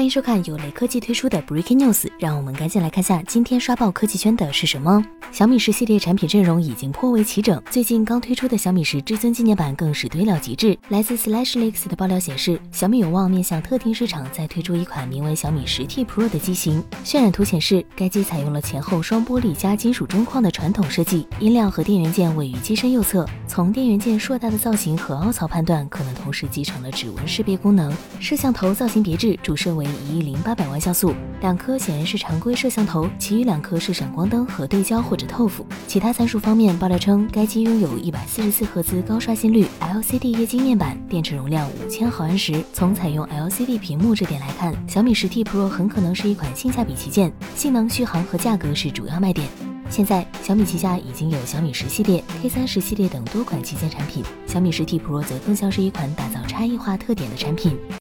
欢迎收看由雷科技推出的 Breaking News， 让我们赶紧来看下今天刷爆科技圈的是什么。小米10系列产品阵容已经颇为齐整，最近刚推出的小米10至尊纪念版更是堆料极致。来自 SlashLeaks 的爆料显示，小米有望面向特定市场再推出一款名为小米10T Pro 的机型。渲染图显示，该机采用了前后双玻璃加金属中框的传统设计，音量和电源键位于机身右侧。从电源键硕大的造型和凹槽判断，可能同时集成了指纹识别功能。摄像头造型别致，主摄为10800万像素，2颗显然是常规摄像头，其余2颗是闪光灯和对焦或者透肤。其他参数方面，爆料称该机拥有144赫兹高刷新率、LCD 液晶面板，电池容量5000毫安时。从采用 LCD 屏幕这点来看，小米10T Pro 很可能是一款性价比旗舰，性能、续航和价格是主要卖点。现在小米旗下已经有小米10系列、K30系列等多款旗舰产品，小米10T Pro 则更像是一款打造差异化特点的产品。